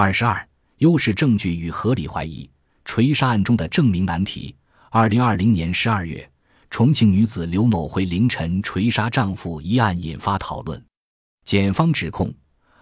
22. 优势证据与合理怀疑，锤杀案中的证明难题。2020年12月，重庆女子刘某慧凌晨锤杀丈夫一案引发讨论。检方指控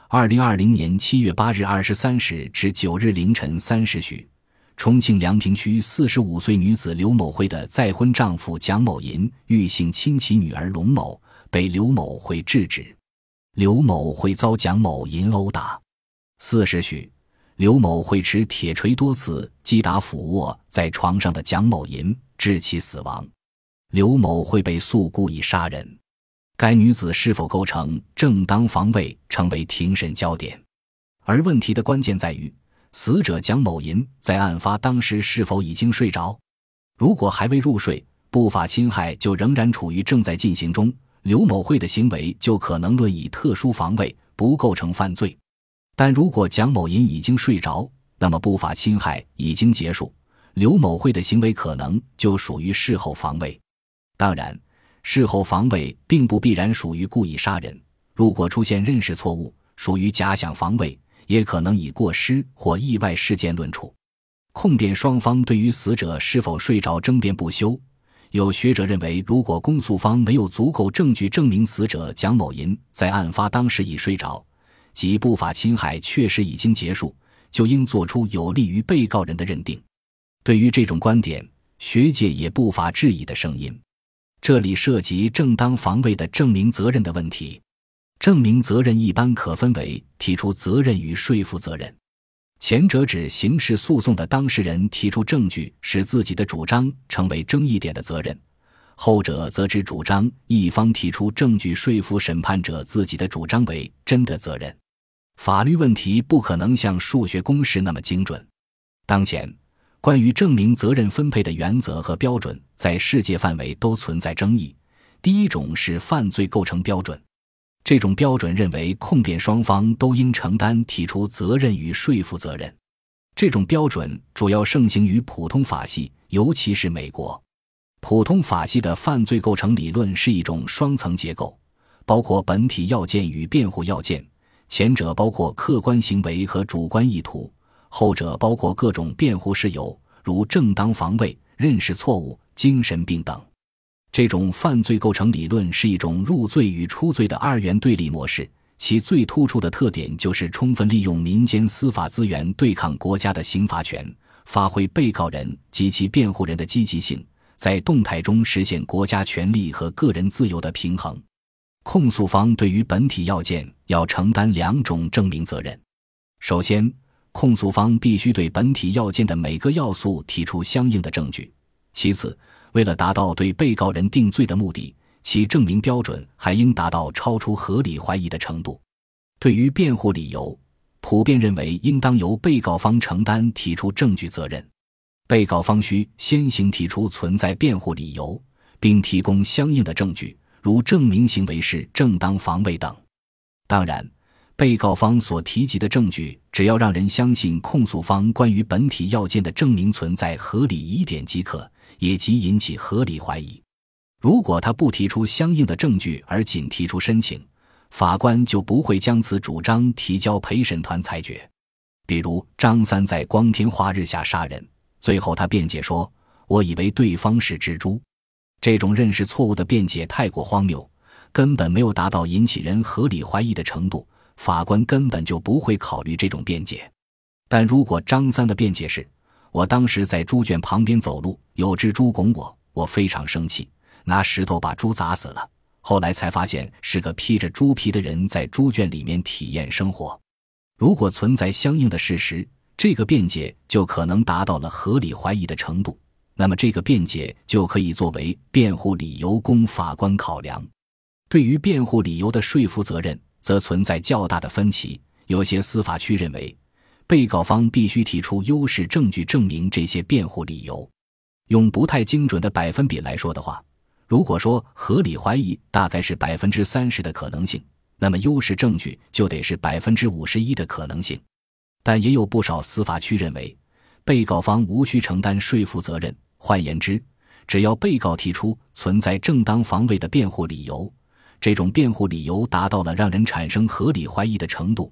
2020年7月8日23时至9日凌晨3时许，重庆梁平区45岁女子刘某慧的再婚丈夫蒋某银欲性侵其女儿龙某，被刘某慧制止。刘某慧遭蒋某银殴打。4时许，刘某慧持铁锤多次击打俯卧在床上的蒋某银，致其死亡。刘某慧被诉故意杀人。该女子是否构成正当防卫成为庭审焦点。而问题的关键在于，死者蒋某银在案发当时是否已经睡着？如果还未入睡，不法侵害就仍然处于正在进行中，刘某慧的行为就可能论以特殊防卫，不构成犯罪。但如果蒋某银已经睡着，那么不法侵害已经结束，刘某慧的行为可能就属于事后防卫。当然，事后防卫并不必然属于故意杀人，如果出现认识错误，属于假想防卫，也可能以过失或意外事件论处。控辩双方对于死者是否睡着争辩不休。有学者认为，如果公诉方没有足够证据证明死者蒋某银在案发当时已睡着，即不法侵害确实已经结束，就应做出有利于被告人的认定。对于这种观点，学界也不乏质疑的声音。这里涉及正当防卫的证明责任的问题。证明责任一般可分为提出责任与说服责任。前者指刑事诉讼的当事人提出证据使自己的主张成为争议点的责任，后者则指主张一方提出证据说服审判者自己的主张为真的责任。法律问题不可能像数学公式那么精准。当前，关于证明责任分配的原则和标准在世界范围都存在争议。第一种是犯罪构成标准。这种标准认为控辩双方都应承担提出责任与说服责任。这种标准主要盛行于普通法系，尤其是美国。普通法系的犯罪构成理论是一种双层结构，包括本体要件与辩护要件，前者包括客观行为和主观意图，后者包括各种辩护事由，如正当防卫、认识错误、精神病等。这种犯罪构成理论是一种入罪与出罪的二元对立模式，其最突出的特点就是充分利用民间司法资源对抗国家的刑罚权，发挥被告人及其辩护人的积极性，在动态中实现国家权力和个人自由的平衡。控诉方对于本体要件要承担两种证明责任。首先，控诉方必须对本体要件的每个要素提出相应的证据。其次，为了达到对被告人定罪的目的，其证明标准还应达到超出合理怀疑的程度。对于辩护理由，普遍认为应当由被告方承担提出证据责任。被告方需先行提出存在辩护理由，并提供相应的证据，如证明行为是正当防卫等。当然，被告方所提及的证据只要让人相信控诉方关于本体要件的证明存在合理疑点即可，也即引起合理怀疑。如果他不提出相应的证据而仅提出申请，法官就不会将此主张提交陪审团裁决。比如张三在光天化日下杀人，最后他辩解说，我以为对方是蜘蛛。这种认识错误的辩解太过荒谬，根本没有达到引起人合理怀疑的程度，法官根本就不会考虑这种辩解。但如果张三的辩解是，我当时在猪圈旁边走路，有只猪拱我，我非常生气，拿石头把猪砸死了，后来才发现是个披着猪皮的人在猪圈里面体验生活。如果存在相应的事实，这个辩解就可能达到了合理怀疑的程度，那么这个辩解就可以作为辩护理由供法官考量。对于辩护理由的说服责任，则存在较大的分歧。有些司法区认为，被告方必须提出优势证据证明这些辩护理由。用不太精准的百分比来说的话，如果说合理怀疑大概是 30% 的可能性，那么优势证据就得是 51% 的可能性。但也有不少司法区认为，被告方无需承担说服责任。换言之，只要被告提出存在正当防卫的辩护理由，这种辩护理由达到了让人产生合理怀疑的程度，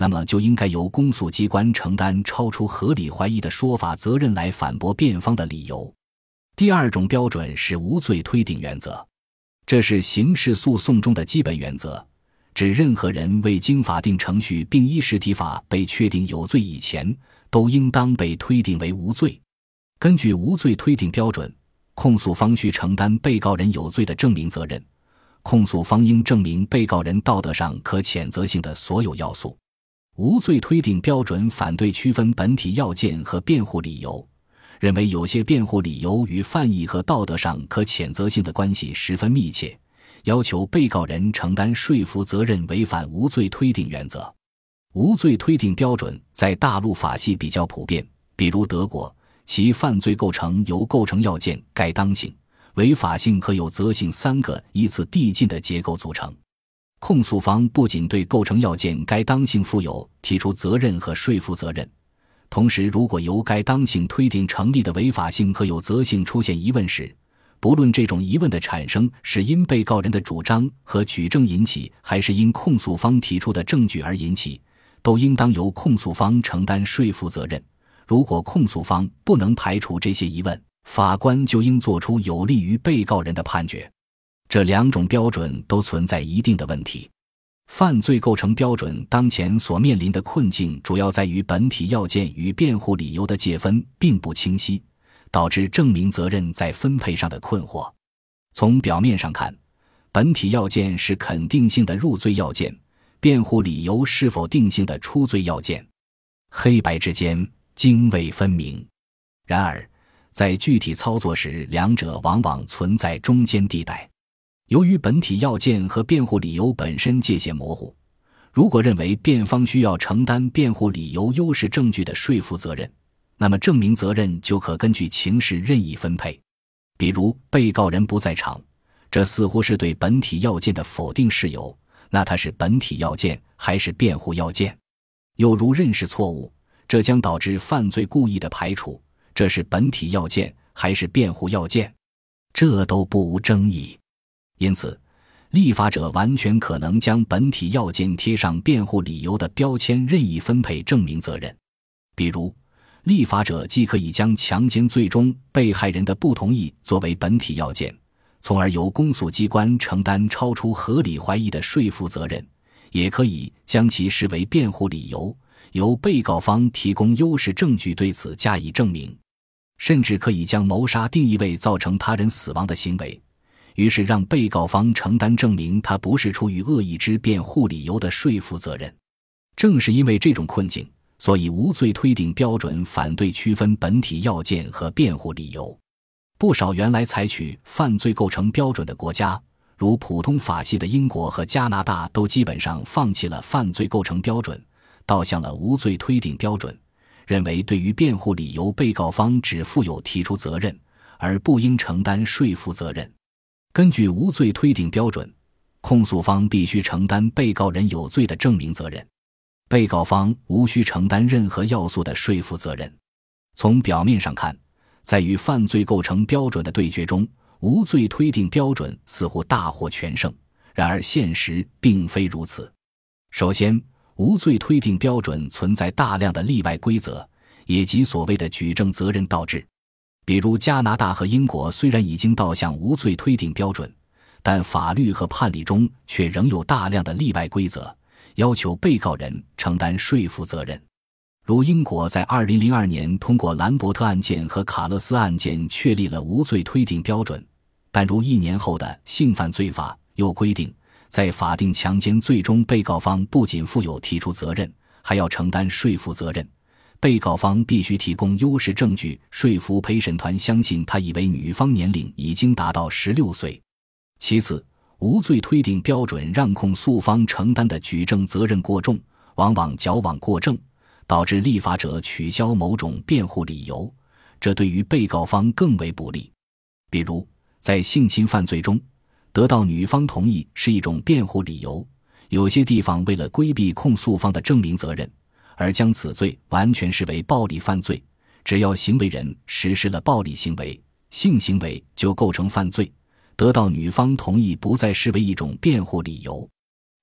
那么就应该由公诉机关承担超出合理怀疑的说法责任来反驳辩方的理由。第二种标准是无罪推定原则，这是刑事诉讼中的基本原则，指任何人未经法定程序并依实体法被确定有罪以前，都应当被推定为无罪。根据无罪推定标准，控诉方需承担被告人有罪的证明责任，控诉方应证明被告人道德上可谴责性的所有要素。无罪推定标准反对区分本体要件和辩护理由，认为有些辩护理由与犯意和道德上可谴责性的关系十分密切，要求被告人承担说服责任，违反无罪推定原则。无罪推定标准在大陆法系比较普遍，比如德国，其犯罪构成由构成要件、该当性、违法性和有责性三个依次递进的结构组成。控诉方不仅对构成要件、该当性负有提出责任和说服责任，同时如果由该当性推定成立的违法性和有责性出现疑问时，不论这种疑问的产生是因被告人的主张和举证引起，还是因控诉方提出的证据而引起，都应当由控诉方承担说服责任。如果控诉方不能排除这些疑问，法官就应作出有利于被告人的判决。这两种标准都存在一定的问题。犯罪构成标准当前所面临的困境主要在于本体要件与辩护理由的界分并不清晰，导致证明责任在分配上的困惑。从表面上看，本体要件是肯定性的入罪要件，辩护理由是否定性的出罪要件，黑白之间泾渭分明。然而在具体操作时，两者往往存在中间地带。由于本体要件和辩护理由本身界限模糊，如果认为辩方需要承担辩护理由优势证据的说服责任，那么证明责任就可根据情势任意分配。比如被告人不在场，这似乎是对本体要件的否定事由，那它是本体要件还是辩护要件？又如认识错误，这将导致犯罪故意的排除，这是本体要件还是辩护要件？这都不无争议。因此立法者完全可能将本体要件贴上辩护理由的标签，任意分配证明责任。比如立法者既可以将强奸罪中被害人的不同意作为本体要件，从而由公诉机关承担超出合理怀疑的说服责任，也可以将其视为辩护理由，由被告方提供优势证据对此加以证明。甚至可以将谋杀定义为造成他人死亡的行为，于是让被告方承担证明他不是出于恶意之辩护理由的说服责任。正是因为这种困境，所以无罪推定标准反对区分本体要件和辩护理由。不少原来采取犯罪构成标准的国家，如普通法系的英国和加拿大，都基本上放弃了犯罪构成标准，倒向了无罪推定标准，认为对于辩护理由，被告方只负有提出责任，而不应承担说服责任。根据无罪推定标准，控诉方必须承担被告人有罪的证明责任，被告方无需承担任何要素的说服责任。从表面上看，在与犯罪构成标准的对决中，无罪推定标准似乎大获全胜，然而现实并非如此。首先，无罪推定标准存在大量的例外规则，也即所谓的举证责任倒置。比如加拿大和英国虽然已经倒向无罪推定标准，但法律和判例中却仍有大量的例外规则，要求被告人承担说服责任。如英国在2002年通过兰伯特案件和卡勒斯案件确立了无罪推定标准，但如1年后的性犯罪法又规定，在法定强奸罪中，被告方不仅负有提出责任，还要承担说服责任。被告方必须提供优势证据，说服陪审团相信他以为女方年龄已经达到16岁。其次，无罪推定标准让控诉方承担的举证责任过重，往往矫枉过正，导致立法者取消某种辩护理由，这对于被告方更为不利。比如在性侵犯罪中，得到女方同意是一种辩护理由，有些地方为了规避控诉方的证明责任，而将此罪完全视为暴力犯罪，只要行为人实施了暴力行为，性行为就构成犯罪，得到女方同意不再视为一种辩护理由。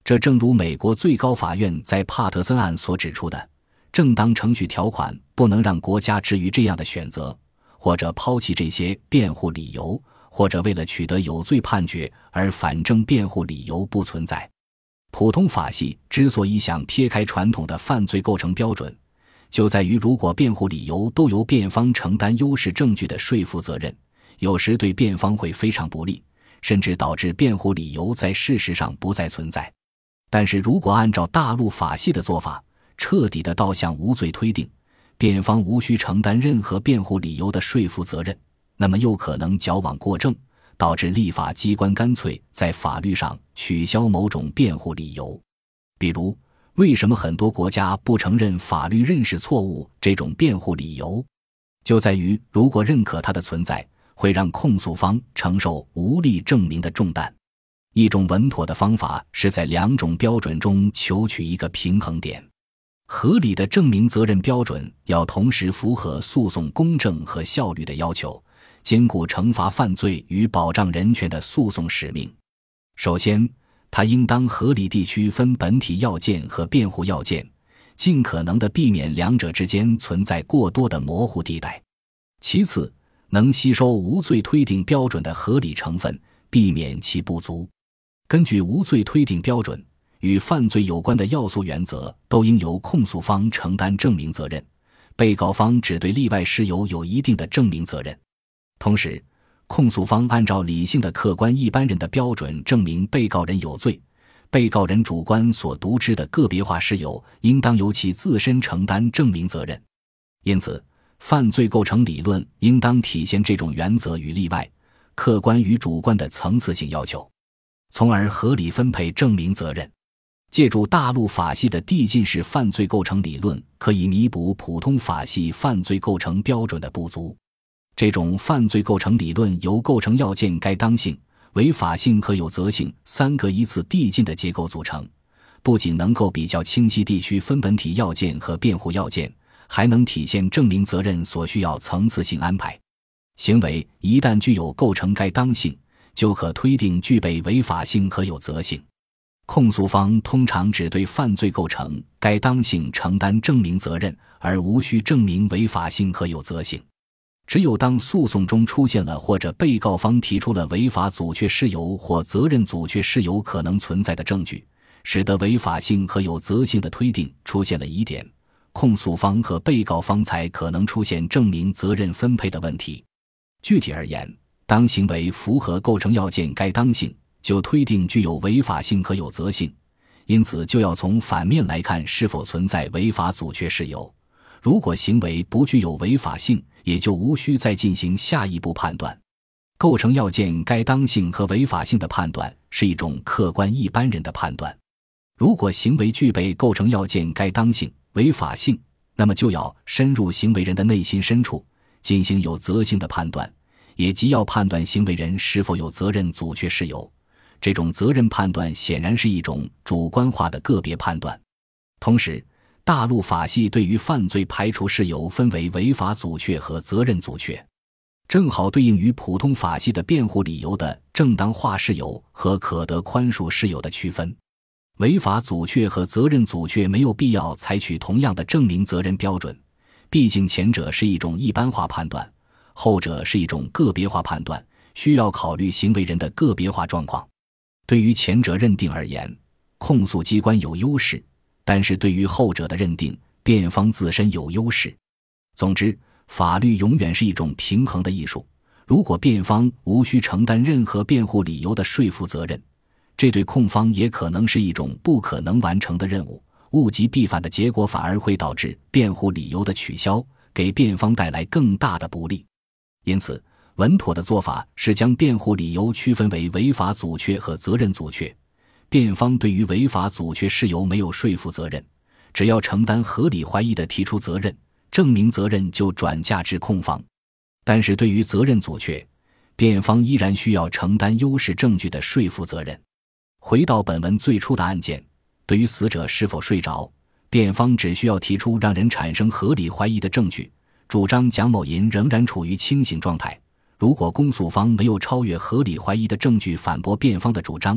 这正如美国最高法院在帕特森案所指出的，正当程序条款不能让国家置于这样的选择，或者抛弃这些辩护理由，或者为了取得有罪判决而反证辩护理由不存在。普通法系之所以想撇开传统的犯罪构成标准，就在于如果辩护理由都由辩方承担优势证据的说服责任，有时对辩方会非常不利，甚至导致辩护理由在事实上不再存在。但是如果按照大陆法系的做法，彻底地导向无罪推定，辩方无需承担任何辩护理由的说服责任，那么又可能矫枉过正，导致立法机关干脆在法律上取消某种辩护理由。比如，为什么很多国家不承认法律认识错误这种辩护理由？就在于如果认可它的存在，会让控诉方承受无力证明的重担。一种稳妥的方法是在两种标准中求取一个平衡点。合理的证明责任标准要同时符合诉讼公正和效率的要求，兼顾惩罚犯罪与保障人权的诉讼使命。首先，它应当合理地区分本体要件和辩护要件，尽可能地避免两者之间存在过多的模糊地带。其次，能吸收无罪推定标准的合理成分，避免其不足。根据无罪推定标准，与犯罪有关的要素原则都应由控诉方承担证明责任，被告方只对例外事由有一定的证明责任。同时，控诉方按照理性的客观一般人的标准证明被告人有罪，被告人主观所独知的个别化事由应当由其自身承担证明责任。因此，犯罪构成理论应当体现这种原则与例外、客观与主观的层次性要求，从而合理分配证明责任。借助大陆法系的递进式犯罪构成理论，可以弥补普通法系犯罪构成标准的不足。这种犯罪构成理论由构成要件该当性、违法性和有责性三个依次递进的结构组成，不仅能够比较清晰地区分本体要件和辩护要件，还能体现证明责任所需要层次性安排。行为一旦具有构成该当性，就可推定具备违法性和有责性。控诉方通常只对犯罪构成该当性承担证明责任，而无需证明违法性和有责性。只有当诉讼中出现了或者被告方提出了违法阻却事由或责任阻却事由可能存在的证据，使得违法性和有责性的推定出现了疑点，控诉方和被告方才可能出现证明责任分配的问题。具体而言，当行为符合构成要件该当性，就推定具有违法性和有责性，因此就要从反面来看是否存在违法阻却事由。如果行为不具有违法性，也就无需再进行下一步判断。构成要件该当性和违法性的判断是一种客观一般人的判断。如果行为具备构成要件该当性、违法性，那么就要深入行为人的内心深处，进行有责性的判断，也即要判断行为人是否有责任阻却事由。这种责任判断显然是一种主观化的个别判断。同时，大陆法系对于犯罪排除事由分为违法阻却和责任阻却，正好对应于普通法系的辩护理由的正当化事由和可得宽恕事由的区分。违法阻却和责任阻却没有必要采取同样的证明责任标准，毕竟前者是一种一般化判断，后者是一种个别化判断，需要考虑行为人的个别化状况。对于前者认定而言，控诉机关有优势，但是对于后者的认定，辩方自身有优势。总之，法律永远是一种平衡的艺术。如果辩方无需承担任何辩护理由的说服责任，这对控方也可能是一种不可能完成的任务，物极必反的结果反而会导致辩护理由的取消，给辩方带来更大的不利。因此，稳妥的做法是将辩护理由区分为违法阻却和责任阻却。辩方对于违法阻却事由没有说服责任，只要承担合理怀疑的提出责任，证明责任就转嫁至控方。但是对于责任阻却，辩方依然需要承担优势证据的说服责任。回到本文最初的案件，对于死者是否睡着，辩方只需要提出让人产生合理怀疑的证据，主张蒋某银仍然处于清醒状态。如果公诉方没有超越合理怀疑的证据反驳辩方的主张，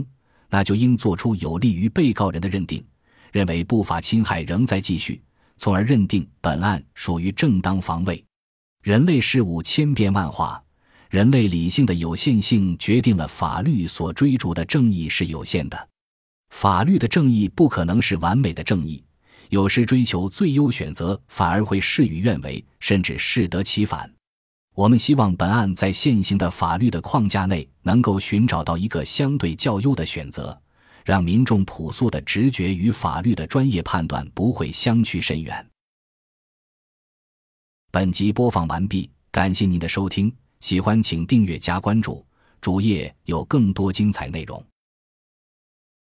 那就应做出有利于被告人的认定，认为不法侵害仍在继续，从而认定本案属于正当防卫。人类事物千变万化，人类理性的有限性决定了法律所追逐的正义是有限的。法律的正义不可能是完美的正义，有时追求最优选择反而会事与愿违，甚至适得其反。我们希望本案在现行的法律的框架内能够寻找到一个相对较优的选择，让民众朴素的直觉与法律的专业判断不会相去甚远。本集播放完毕，感谢您的收听，喜欢请订阅加关注，主页有更多精彩内容。